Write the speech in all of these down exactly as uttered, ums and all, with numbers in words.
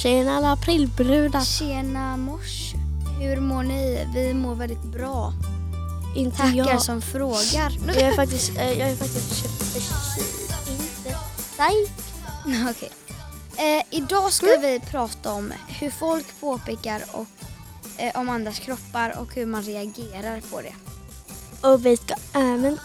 Tjena alla aprilbrudar. Tjena mors. Hur mår ni? Vi mår väldigt bra. Inte Tackar jag. som frågar. Jag är faktiskt, eh, jag är faktiskt köpt precis inte. Nej. Okej. Eh, idag ska mm. vi prata om hur folk påpekar och, eh, om andras kroppar och hur man reagerar på det. Och vi ska även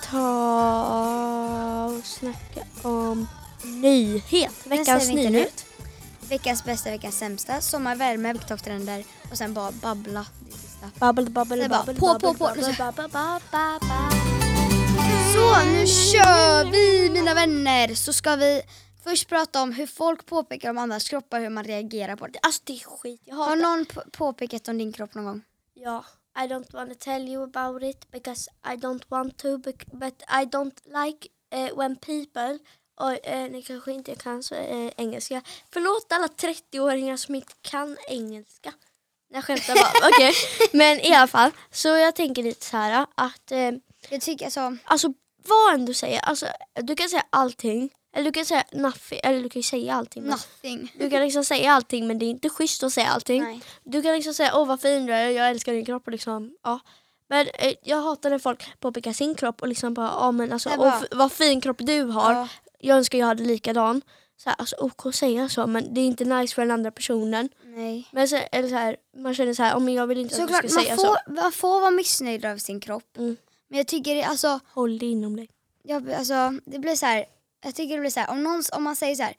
ta och snacka om nyhet. Veckans nyhet. Veckans bästa, veckans sämsta. Sommarvärme, TikTok-trender och sen bara babbla. Det sista. Babbel, babbel, babbel, på, babbel, på, på. babbel, babbel, babbel, babbel. Så, nu kör vi mina vänner. Så ska vi först prata om hur folk påpekar om andras kroppar, hur man reagerar på det. Alltså det är skit. Jag har någon p- påpekat om din kropp någon gång? Ja. I don't want to tell you about it because I don't want to, but I don't like uh, when people, och uh, ni kanske inte kan så, uh, engelska. Förlåt alla trettio-åringar som inte kan engelska. Jag skämtar bara, okej. Okay. Men i alla fall, så jag tänker lite så här att... Uh, jag tycker alltså... Alltså vad än du säger, alltså du kan säga allting. Eller du kan säga nothing, eller du kan säga allting. Nothing. Du kan liksom säga allting, men det är inte schysst att säga allting. Nej. Du kan liksom säga, åh vad fin du är, jag älskar din kropp och liksom, ja. Men eh, jag hatar när folk påpekar sin kropp och liksom bara, ja men alltså, bara... åh, vad fin kropp du har. Ja. Jag önskar jag hade likadan. Så här, alltså ok att säga så, men det är inte nice för den andra personen. Nej. Men så, eller så här, man känner så här, om jag vill inte så att klart, du ska säga får, så. Man får vara missnöjd av sin kropp. Mm. Men jag tycker alltså... Håll det inom dig. Ja, alltså, det blir så här... Jag tycker det blir så här, om, någon, om man säger så här...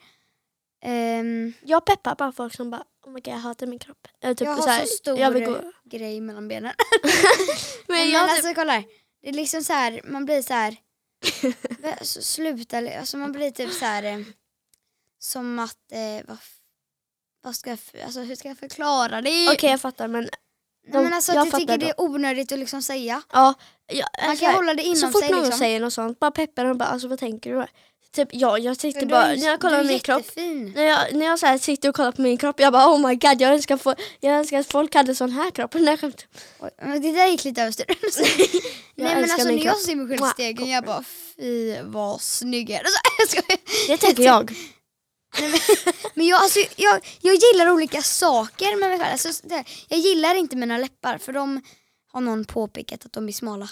Um, jag peppar bara folk som bara, oh my God, jag hatar min kropp. Jag, typ jag har så, här, så stor jag vill gå... grej mellan benen. men men jag alltså, kolla här. Det är liksom så här, man blir så här... sluta, alltså man blir typ så här... Eh, som att... Eh, vad, vad ska jag... Alltså hur ska jag förklara det? Okej, okay, jag fattar, men... De, Nej, men alltså jag, jag tycker då. det är onödigt att liksom säga. Ja, ja man kan här, hålla det inom sig. Så fort sig, någon liksom. säger något sånt, bara peppar och bara, alltså vad tänker du? Typ, ja, jag sitter men bara, är, när jag kollar på min jättefin. kropp. När jag, när jag så här sitter och kollar på min kropp, jag bara, oh my God, jag önskar, få, jag önskar att folk hade sån här kropp. Nej, men det där gick lite överstyr. Nej, men alltså när jag ser mig själv i spegeln, jag bara, fy vad snygg är. Det tänker jag. Nej, men, men jag, alltså, jag, jag gillar olika saker med mig själv. Alltså, det, jag gillar inte mina läppar, för de har någon påpekat att de är smala.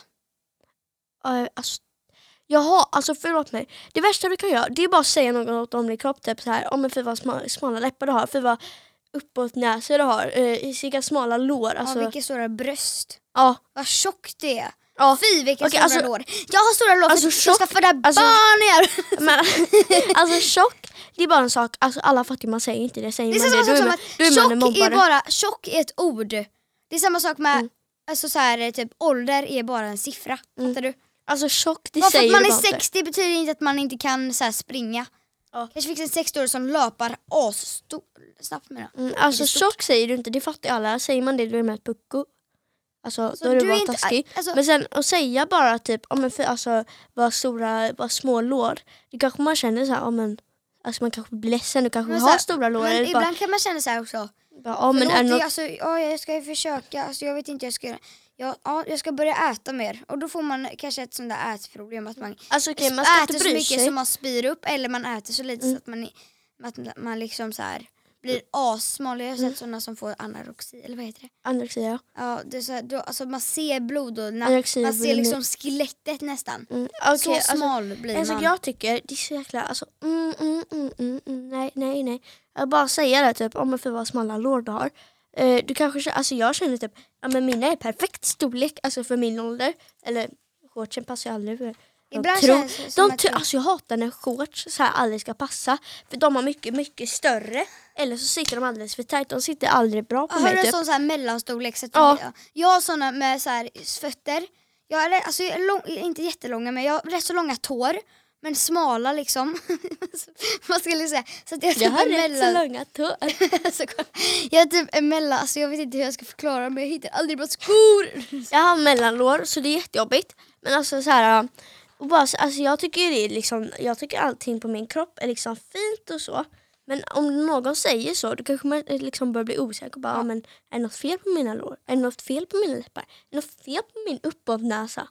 Uh, alltså, jaha, alltså förlåt mig. Det värsta du kan göra, det är bara att säga något om din kropp. Typ så här, om oh, för vad smala, smala läppar du har, för vad uppåt näsor du har, uh, vilka smala lår. Alltså. Ja, vilka stora bröst. Ja. Vad tjockt det är. Ja. Fy, vilka okay, stora alltså, lår. Jag har stora lår, alltså, för jag ska föda alltså, barn här. Men, alltså tjock, det är bara en sak. Alltså alla fattar, man säger inte det. Säger det är man samma det, sak som du är, att man, tjock är, är bara, tjock är ett ord. Det är samma sak med, mm. alltså så här, typ ålder är bara en siffra. Mm. Fattar du? Alltså tjock, det bara säger för att man är sextio inte. Betyder inte att man inte kan så här, springa. Ja. Kanske finns en sextio-årig som löpar as snabbt med det. Mm, alltså tjock säger du inte, det fattar alla. Säger man det, då är det med ett pucko. Alltså, alltså då är det bara taskig. Alltså, men sen att säga bara typ, oh, men för, alltså, vad stora, vad små lår. Det kanske man känner så här, oh, men, alltså man kanske blir ledsen, du kanske men, har här, stora lår. Men ibland bara, kan man känna så här också. Bara, oh, men är något... alltså, ja, jag ska försöka, alltså, jag vet inte, jag ska, ja, ja, jag ska börja äta mer. Och då får man kanske ett sånt där ätproblem, att man, alltså, okay, man ska äter inte så bry mycket sig. som man spyr upp, eller man äter så lite mm. så att man, att man liksom så här blir assmal. Jag har sett mm. sådana som får anorexi, eller vad heter det? Anorexi, ja. Ja, det är så här, då, alltså man ser blod och na, anorexi, man ser liksom skelettet nästan. Mm. Okay, så smal alltså, blir alltså, man. Jag tycker, det är så jäkla, alltså, mm, mm, mm, mm, mm, nej, nej, nej. Jag bara säger det typ, om man får vad smala lår du har. Uh, du kanske, alltså jag känner typ, ja men mina är perfekt storlek, alltså för min ålder. Eller shortsen passar ju aldrig för. Ibland tror, känns det som de tror, alltså jag hatar när shorts så här aldrig ska passa. För de har mycket, mycket större. Eller så sitter de alldeles för tajt. De sitter aldrig bra på jag mig. Har du typ. en sån så här mellanstorlek? Så ja. jag, jag har såna med så här fötter. Jag har alltså, jag är lång, inte jättelånga, men jag har rätt så långa tår. Men smala liksom. Man skulle säga. Så att jag, jag har rätt mellan... så långa tår. Jag är typ emellan. Alltså jag vet inte hur jag ska förklara, men jag hittar aldrig bara skor. Jag har mellanlår, så det är jättejobbigt. Men alltså så här... Och bara, alltså jag tycker det är liksom, jag tycker allting på min kropp är liksom fint och så. Men om någon säger så, då kanske man liksom bör bli osäker. Bara, ja. Men är det något fel på mina lår? Är det något fel på mina läppar? Är det något fel på min uppåtnäsa?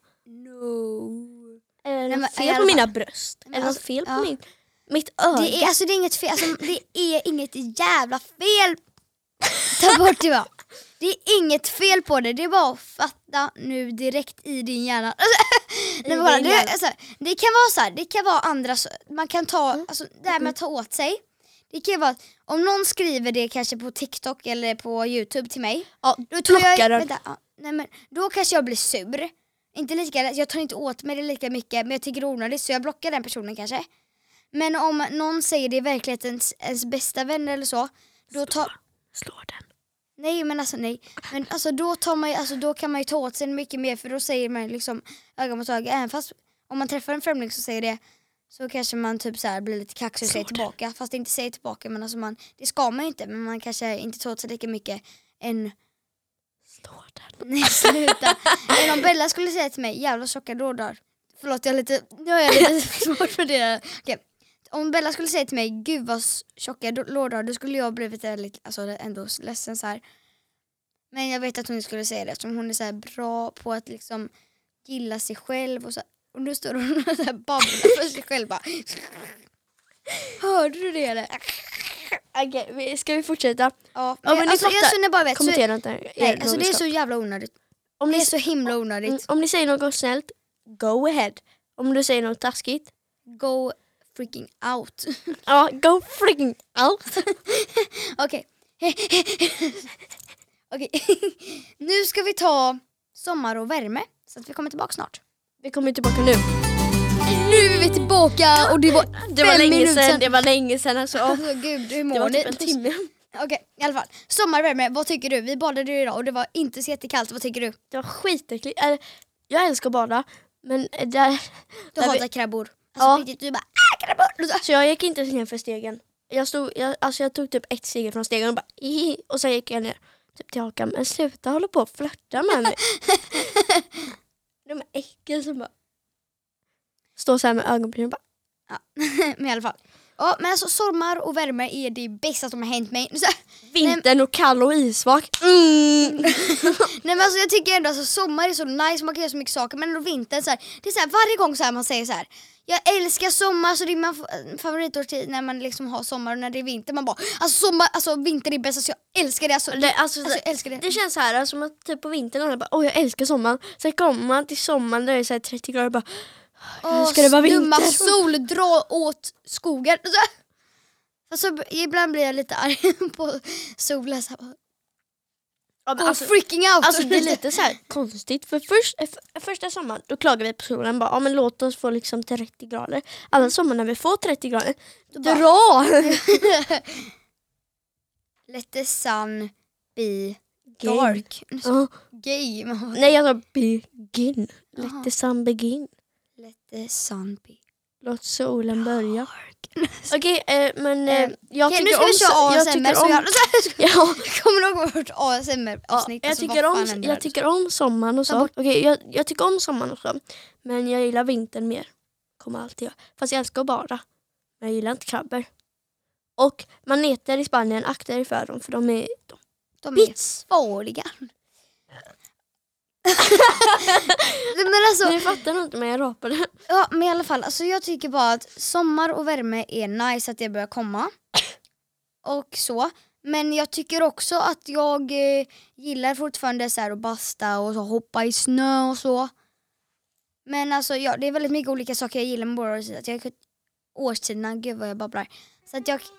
No. Är det Nej, något men, fel på mina bröst? Är det alltså, något fel på ja. min, mitt öga? Det är, alltså, det är inget fel. Alltså, det är inget jävla fel Ta bort det bara. Det är inget fel på det. Det är bara att fatta nu direkt i din hjärna. I Nej, bara, din det, hjärna. alltså, det kan vara så här. Det kan vara andra. Man kan ta, Mm. alltså, det här med att ta åt sig. Det kan vara att om någon skriver det kanske på TikTok eller på YouTube till mig. Ja, Då tror jag, blockar den. vänta, ja, nej, men, då kanske jag blir sur. Inte lika, jag tar inte åt mig det lika mycket, men jag tycker det är onödigt så jag blockar den personen kanske. Men om någon säger det i verkligheten ens, ens bästa vän eller så, då tar... Slå den. Nej men alltså nej. Men alltså då, tar man, ju- alltså, då kan man ju ta åt sig mycket mer för då säger man liksom öga mot öga. Även fast om man träffar en främling så säger det så kanske man typ så här blir lite kaxig och säger tillbaka. Fast inte säger tillbaka men alltså man, det ska man ju inte. Men man kanske inte tar åt sig lika mycket än... Slå den. Nej sluta. Men om Bella skulle säga till mig jävla tjocka lådar. Förlåt jag är lite, nu är jag lite svårt för det. Okej. Om Bella skulle säga till mig gud vad tjocka lådar, då skulle jag blivit lite, alltså ändå ledsen så här. Men jag vet att hon skulle säga det eftersom hon är så här bra på att liksom gilla sig själv och så. Och nu står hon och så här babblar för sig själv bara. Hörde du det eller? Okej, vi- ska vi fortsätta? Ja, Ja, men men ni alltså, jag fattar. så ni bara vet så, Kommentera inte. nej, er alltså det är dårskap. så jävla onödigt. Om Det ni, är så himla onödigt. mm, om ni säger något snällt, go ahead. Om du säger något taskigt, Go freaking out. ja, go freaking out. Okej. Okej. Nu ska vi ta sommar och värme. Så att vi kommer tillbaka snart. Vi kommer tillbaka nu. Nu är vi tillbaka och det var Det var fem länge minuter sedan, sedan. det var länge sedan alltså. Alltså gud, hur Det mår var ni? typ en timme. Okej, i alla fall. Sommar och värme, vad tycker du? Vi badade ju idag och det var inte så jättekallt. Vad tycker du? Det var skitäckligt. Äh, Jag älskar att bada, men där, Du där hatar vi, krabbor. Ja. Alltså riktigt, du bara ah, krabbor. så jag gick inte ner för stegen. Jag, stod, jag, alltså jag tog typ ett steg från stegen och bara i, och sen gick jag ner typ till hakan. Men sluta hålla på och flörta med mig. De är äckel som bara står så här med ögonbrynen och bara Men i alla fall. Ja, men alltså sommar och värme är det bästa som har hänt mig. Så, vintern och kall och isvak. Mm. nej men alltså jag tycker ändå alltså sommar är så nice, man kan göra så mycket saker. Men ändå vintern så här, det är så här, varje gång så här man säger så här. Jag älskar sommar, så det är min favoritårstid när man liksom har sommar och när det är vinter. Man bara, alltså sommar, alltså vinter är bäst, så jag älskar det. Alltså, Det, alltså, alltså, jag älskar det. det känns så här som att typ på vintern alla bara, åh jag älskar sommaren. Sen kommer man till sommaren där det är så här trettio grader och bara, nu ska det vara Dumma vinter. sol, dra åt skogen. Alltså, ibland blir jag lite arg på solen. Så här, Ja, men oh, alltså, freaking out. alltså det är lite så här konstigt. För först, för, första sommaren då klagar vi på solen. Bara, ja, men låt oss få liksom trettio grader. Alla sommar när vi får trettio grader, Då bara- dra! Let the sun be Gay. dark. Ja. Gay. Nej jag sa begin. Let Jaha. the sun begin. Let the sun be Låt solen börja. Okej, eh, men Eh, eh, jag Okej, tycker nu ska om vi köra jag A S M R. tycker Så om, jag, ja, jag kommer ihåg vårt A S M R-avsnitt. jag, alltså, tycker vad om, fan händer här? jag tycker om sommaren och Ta så. bort- Okej, jag, jag tycker om sommaren och så. Men jag gillar vintern mer. Kommer alltid göra. Fast jag älskar att bada. Men jag gillar inte krabbor. Och maneter i Spanien, akta er för dem. För de är de, De är bits. farliga. Men alltså, Ni fattar nog inte men jag rapade. ja, men i alla fall, alltså jag tycker bara att sommar och värme är nice att det börjar komma. Och så. Men jag tycker också att jag eh, gillar fortfarande så här att basta och så hoppa i snö och så. Men alltså ja, det är väldigt mycket olika saker jag gillar med båda årstiderna. Att jag, årstiderna, gud vad jag babblar. Så att jag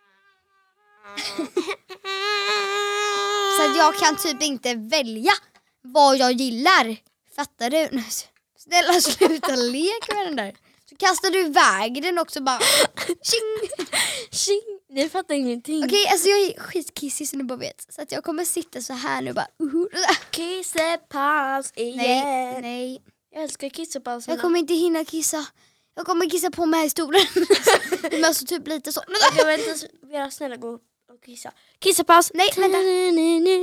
Så att jag kan typ inte välja vad jag gillar. Fattar du? Snälla sluta leka med den där. Så kastar du iväg den också bara. Tjing! Tjing, ni fattar ingenting. Okej, alltså jag är skitkissig så ni bara vet. Så att jag kommer sitta så här nu bara. Uh, Kissepaus igen. nej, nej. Jag älskar kissepauserna. Jag kommer inte hinna kissa. Jag kommer kissa på mig här i stolen. Men alltså typ lite så. Jag vill inte vara snälla gå och kissa. Kissepaus. Nej, vänta. Nej, nej, nej,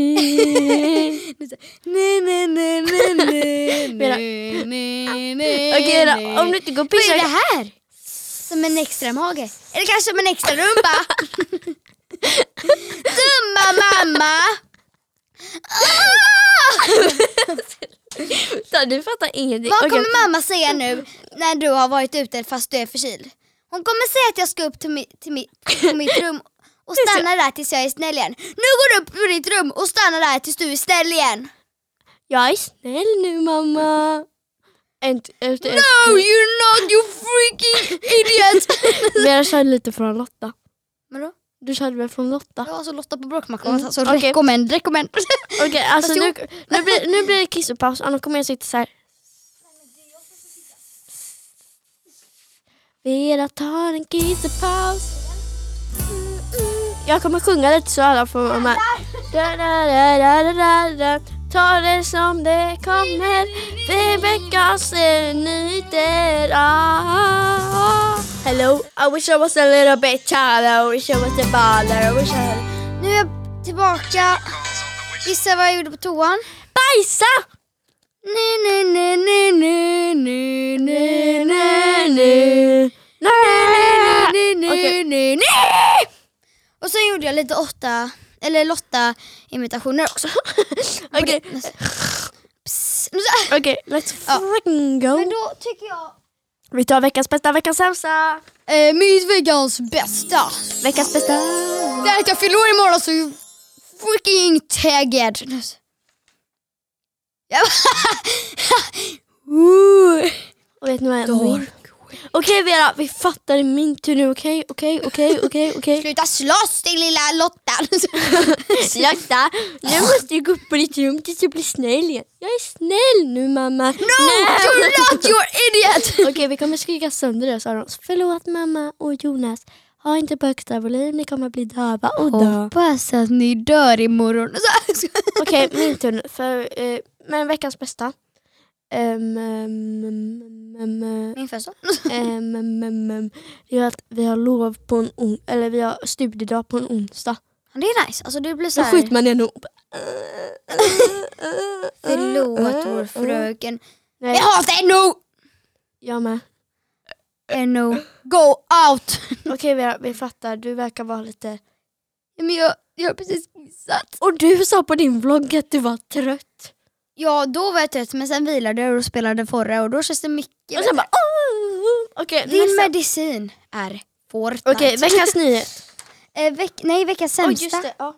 Nej, nej, nej, nej, nej, Mera. nej, nej, nej. Okej då, om du inte går och Vad är pissar. det här? Som en extra mage? Eller kanske som en extra rumpa? Dumma mamma! Så, du fattar ingenting. Vad Okej. kommer mamma säga nu när du har varit ute fast du är förkyld? Hon kommer säga att jag ska upp till, mi, till, mi, till mitt rum Och stanna där tills jag är snäll igen. Nu går du upp ur ditt rum och stanna där tills du är snäll igen. Jag är snäll nu, mamma. Ent, efter, No, you're not, you freaking idiot. Men jag körde lite från Lotta. Vadå? Du körde väl från Lotta? Ja, så Lotta på bråkmackan. Mm. Alltså, Okej. rekommend, rekommend. Okej, okay, alltså Fast nu, nu, blir, nu blir det kissepaus. Annars kommer jag sitta så här. Vera tar en kissepaus. Mm, mm. Jag kommer sjunga lite så alla får vara med. Da, da, da, da, da, da. Ta det som det kommer. För veckans eh, nyheter. Ah. Hello, I wish I was a little bit taller. I wish I was a baller. I wish I had... Nu är jag tillbaka. Gissa vad jag gjorde på toan? Bajsa! Nej, nej, nej, nej, nej, nej, nej, nej, nej. nej, nej, Okej. nej, nej. Och så gjorde jag lite åtta, eller Lotta imitationer också. Okej, Psst. okej, let's Ja. fucking go. Men då tycker jag Vi tar veckans bästa, veckans sämsta. eh, mitt veckans bästa. Veckans bästa. Det är att jag fyller år imorgon så jag är freaking tagged. Ooh. Och vet ni vad jag Dark. menar? Okej Vera, vi fattar i min tur nu, okej, okej, okej, okej, okej. Sluta slåss din lilla Lotta. Sluta, nu måste jag gå upp på ditt rum tills jag blir snäll igen. Jag är snäll nu, mamma. No, you're not, you're idiot. Okej, vi kommer skrika sönder det, sa de. Förlåt mamma och Jonas. Ha inte på högsta volym, ni kommer bli döva och dö. Hoppas att ni dör imorgon. Okej, min tur nu. För, eh, men veckans bästa. Um, um, um, um, Min första. um, um, um, um, det är att vi har lov på en on- eller vi har studiedag på en onsdag. Det är nice. Alltså det blir så Så här. skjuter man igen och... Förlåt vår fröken. Nej, Jag hatar N O. jag med. N O. Go out. Okej Vera, vi fattar. Du verkar vara lite... Men jag, jag har precis gissat. Och du sa på din vlogg att du var trött. Ja, då var jag trött. Men sen vilade jag och spelade förra. Och då känns det mycket. Och sen bara... "Åh!" Okej, Din nästa. medicin är Fortnite. Okej, veckans nyhet. eh, veck, nej, veckans Oj, sämsta. just det. Ja.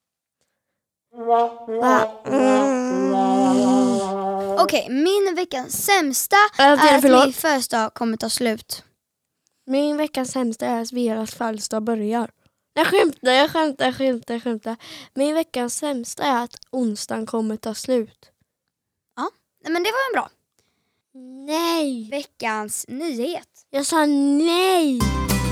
Mm. Okej, min veckans sämsta Äh, Vera, är att förlåt. min födelsedag kommer ta slut. Min veckans sämsta är att Veras födelsedag börjar. Jag skämtar, jag skämtar, jag skämtar, jag skämtar. Min veckans sämsta är att onsdagen kommer ta slut. Nej, men det var en bra. Nej! Veckans nyhet. Jag sa nej!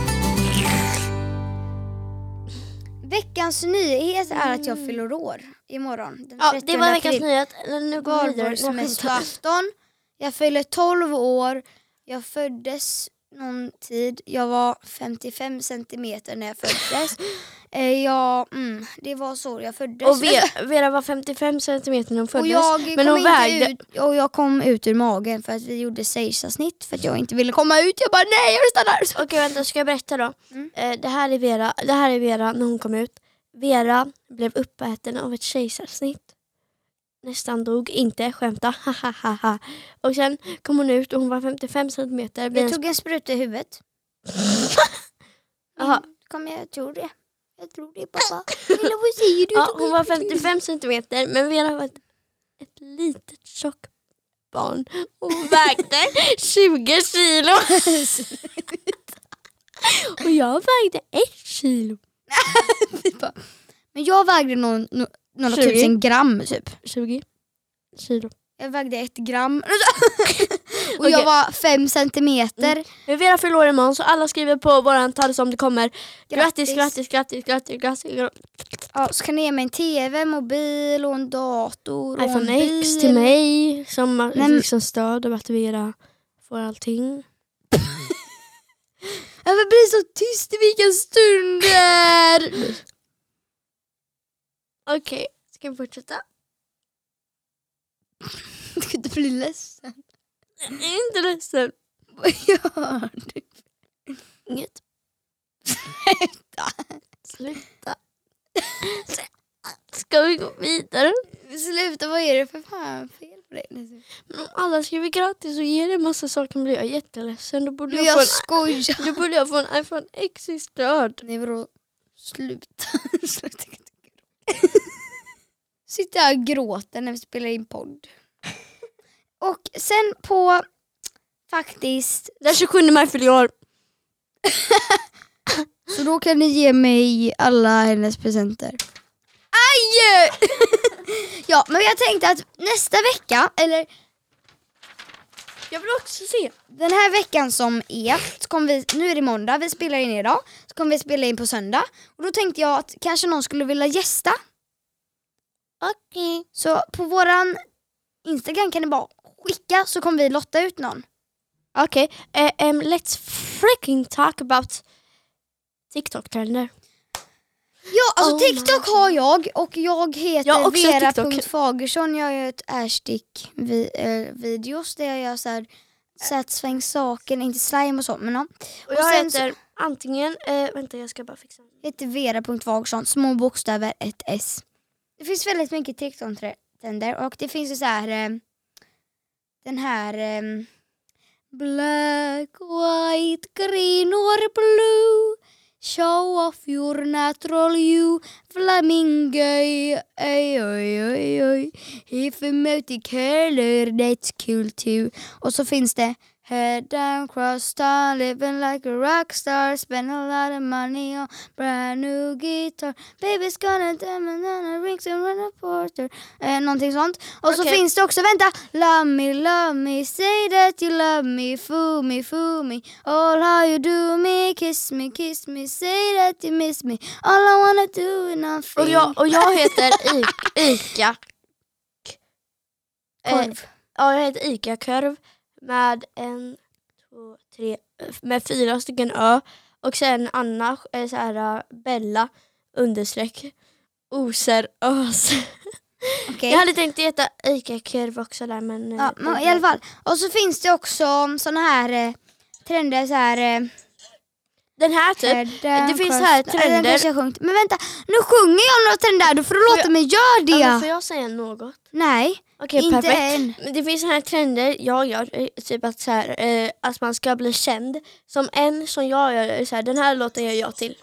Veckans nyhet är att jag fyller år imorgon. Den Ja, det trettionde var veckans april. nyhet. Nu går vi vidare. Valborgsmässoafton. Jag fyller tolv år. Jag föddes någon tid. Jag var femtiofem centimeter när jag föddes. eh, jag, mm, det var så jag föddes. Och Vera, Vera var femtiofem centimeter när hon föddes. och jag men kom hon inte vägde... ut, och jag kom ut ur magen för att vi gjorde kejsarsnitt för att jag inte ville komma ut. Jag bara nej, jag vill stanna här. Okej, vänta, ska jag berätta då? Mm. Eh, det, här är Vera, det här är Vera när hon kom ut. Vera blev uppäten av ett kejsarsnitt. Nästan dog, inte skämta. Hahaha. Och sen kom hon ut och hon var femtiofem centimeter. Jag tog en spruta i huvudet. Jaha. Kom jag, jag tror det. Jag tror det, pappa. Eller vad säger du? Ja, Tog hon en var spruta i femtiofem centimeter, men Vera var ett, ett litet tjock barn. Hon vägde tjugo kilo. Och jag vägde ett kilo. huvudet. Men jag vägde någon, några några tjugo. tusen gram typ. tjugo kilo. Jag vägde ett gram. Och Okej. jag var fem centimeter. Men Vera fyller år imorgon så alla skriver på våran tal som det kommer. Grattis, Grattis. grattis, grattis, grattis, grattis. Ja, så kan ni ge mig en tv, mobil och en dator och en iPhone X bil. till mig som men- liksom stöd av att Vera får allting. Jag vill bli så tyst i vilka stunder. Okej, ska vi fortsätta? Du kan inte bli ledsen. Jag är inte ledsen. Vad gör du? Inget. Sluta. Ska vi gå vidare? Sluta, vad är det för fan fel på dig? Men om alla skriver gratis och ger en massa saker blir jag jätteledsen. Då borde Men jag, jag få en, skojar. då borde jag få en iPhone X i stöd. Nej, vadå? Sluta. Sluta. Sitter jag och gråter när vi spelar in podd. Och sen på faktiskt den tjugosjunde maj fyller jag år. så då kan ni ge mig alla hennes presenter. Aj! Ja, men jag tänkte att nästa vecka, eller Jag vill också se. den här veckan som är, så kommer vi, nu är det måndag, vi spelar in idag, så kommer vi spela in på söndag. Och då tänkte jag att kanske någon skulle vilja gästa. Okej. Okay. Så på våran Instagram kan ni bara skicka, så kommer vi lotta ut någon. Okej, okay. uh, um, let's freaking talk about TikTok-trender. Ja, alltså Oh TikTok har jag och jag heter jag Vera punkt Fagersson. Jag gör ett airstick vi, äh, videos där jag gör så här sätsväng saken, inte slime och så, men ja. Och jag och sen heter så, antingen, äh, vänta jag ska bara fixa. Heter Vera punkt Fagersson, små bokstäver, ett S. Det finns väldigt mycket TikTok-trender och det finns ju så här äh, den här äh, black, white, green or blue. Show off your natural you, flamingo, oj, oj, oj, oj. If a multicolor, that's cool too. Och så finns det head down, cross down, living like a rock star, spend a lot of money on brand new guitar. Baby's gonna diamond on a rings and run a porter. Eh, någonting sånt. Och okay. Så finns det också, vänta. Love me, love me, say that you love me, fool me, fool me. All how you do me, kiss me, kiss me, say that you miss me. All I wanna do is nothing. Och jag, och jag heter I- Ika. Korv. Eh, ja, jag heter Ika Korv. Med en, två, tre, med fyra stycken ö. Och sen Anna, är så här, Bella, understreck, Oser, Ös. Okay. Jag hade tänkt heta Ika Korv också där, men... Ja, men i alla fall. Och så finns det också såna här eh, trender, så här... Eh, den här typ, det finns så här trender. Men vänta, nu sjunger jag några trender, då får du låta jag, mig göra det. Ja, får jag säga något? Nej. Okej, inte perfekt. Än. Det finns såna här trender jag gör, typ att, så här, eh, att man ska bli känd. Som en som jag gör, så här, den här låten gör jag till.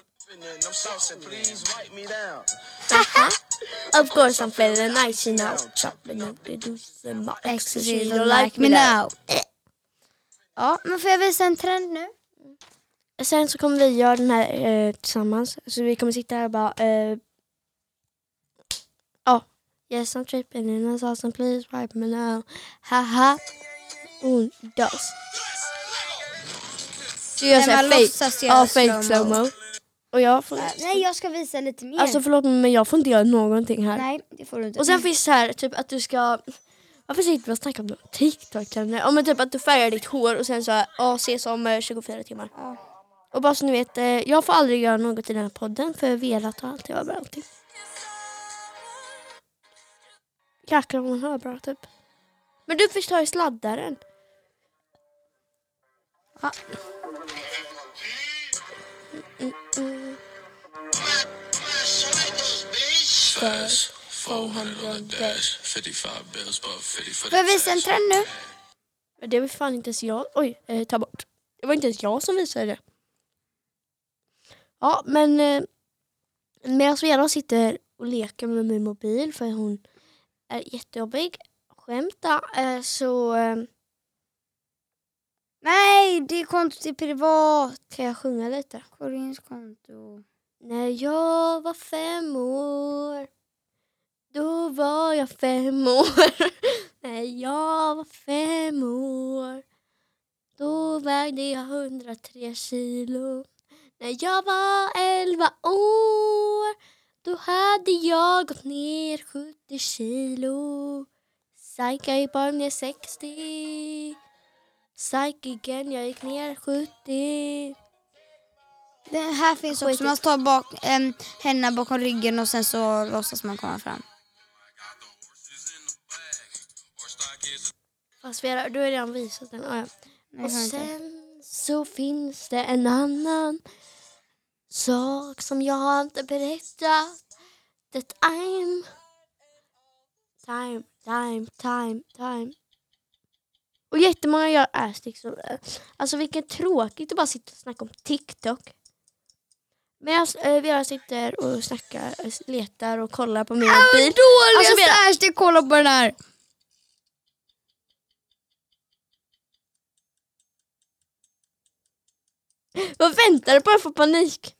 Of course I'm feeling nice you know. Chopping up the juice and my ecstasy don't like me now. Ja, men får jag visa en trend nu? Sen så kommer vi göra den här eh, tillsammans. Så vi kommer sitta här och bara... Eh, oh. Yes, I'm tripping in a sauce and please wipe me now. Haha. Un, dos. Så jag säger fake. Ja, fake slow-mo. Och jag får... Nej, jag ska visa lite mer. Alltså förlåt, men jag får inte göra någonting här. Nej, det får du inte. Och sen finns det här typ att du ska... Varför sitter vi och snackar om TikTok-trender? Om typ att du färgar ditt hår och sen så här, ja, ses om tjugofyra timmar. Ja. Och bara så ni vet, jag får aldrig göra något i den här podden för Vera tar alltid över allting. Jäklar om man hör bra typ. Men du förstår ju sladdaren. Ja. Mm, mm. Får jag visa en trend nu? Det var fan inte ens jag. Oj, eh, ta bort. Det var inte ens jag som visade det. Ja, men eh, medan Vera sitter och leker med min mobil för hon är jättejobbig. Skämta, eh, så... Eh, nej, det kontot är privat. Kan jag sjunga lite? Corins konto. När jag var fem år, då var jag fem år. När jag var fem år, då vägde jag hundratre kilo. När jag var elva år, då hade jag gått ner sjuttio kilo. Psyka gick bara ner sextio. Psyk igen, jag gick ner sjuttio. Det här finns också, Skitigt. Man tar bak, ähm, händerna bakom ryggen och sen så låtsas man komma fram. Fast Vera, du har redan visat den. Ah, ja. Nej, och sen så finns det en annan sak som jag inte berättat. That I'm time, time, time, time. Och jättemånga gör airsticks. Alltså vilket tråkigt att bara sitta och snacka om TikTok. Medan eh, Vera sitter och snackar, letar och kollar på min Vad mobil. dålig Alltså, jag Vera- är, ska jag kolla på den här. Vad väntar du på att få panik?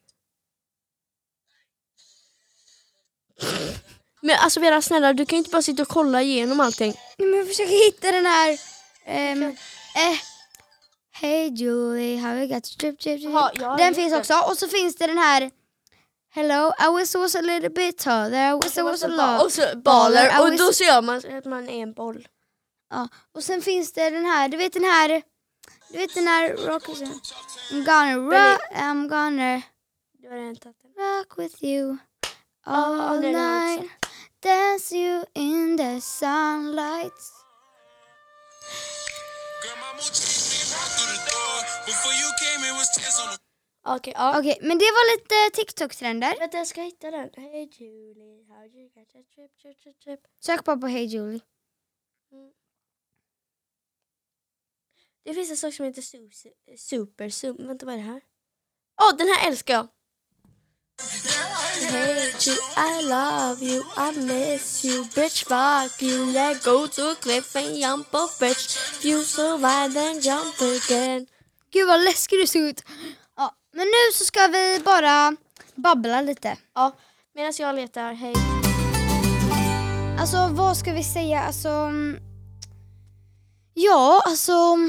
Men alltså Vera, snälla, du kan ju inte bara sitta och kolla igenom allting. Nej, men jag försöker hitta den här. Um, eh, hey Julie, how you got strip, strip, strip. Jaha, ja, Den just finns det. också. Och så finns det den här. Hello, I wish I was a little bit taller. I wish I was a lot. Och så baller, I och wish- då ser jag man att man är en boll. Ja. Och sen finns det den här. Du vet den här. Du vet den här rock. I'm gonna rock. I'm gonna Det var den tatten. rock with you Ja, all det är den night. Dance you in the sunlight. Okej, ja. Okej, men det var lite TikTok-trender. Vänta, jag ska hitta den. Hey Julie, how you get a trip, trip, trip, trip. Sök bara på Hey Julie. Det finns en sak som heter su- super, super. Vänta, vad är det här? Åh, oh, den här älskar jag. Hey you, I love you, I miss you, bitch fuck you, yeah, go to a cliff and jump off bitch, you survive then jump again. Gud vad läskig du ser ut. Ja, men nu så ska vi bara babbla lite. Ja, medan jag letar, hej. Alltså vad ska vi säga? Alltså mm, ja, alltså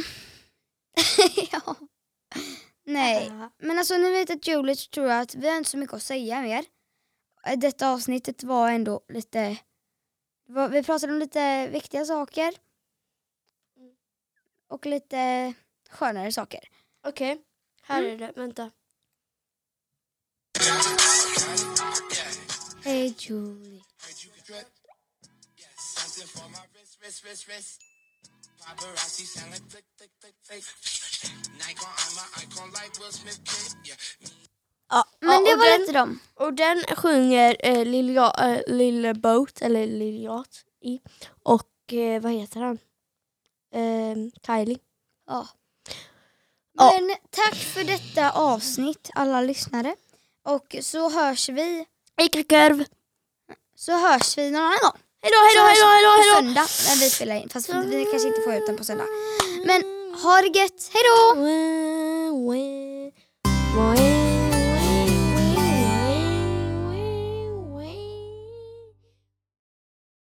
ja. Nej, men alltså nu vet att Julie så tror jag att vi har inte så mycket att säga mer. Detta avsnittet var ändå lite, vi pratade om lite viktiga saker och lite skönare saker. Okej, okay. Här mm. är det, vänta. Hey Julie. Ja, men det och var den, lite dem. Och den sjunger eh, Lil, äh, Lil Boat eller Lil Yacht i. Och eh, vad heter han? Eh, Kylie. Ja. Ja. Men tack för detta avsnitt alla lyssnare. Och så hörs vi. Ikerkurv. Så hörs vi någon annan gång. Hejdå, hejdå, hejdå, hejdå, På hejdå. söndag när vi spelar in. Fast vi kanske inte får ut den på söndag. Men ha det gött. Hejdå! Wah, wah, wah.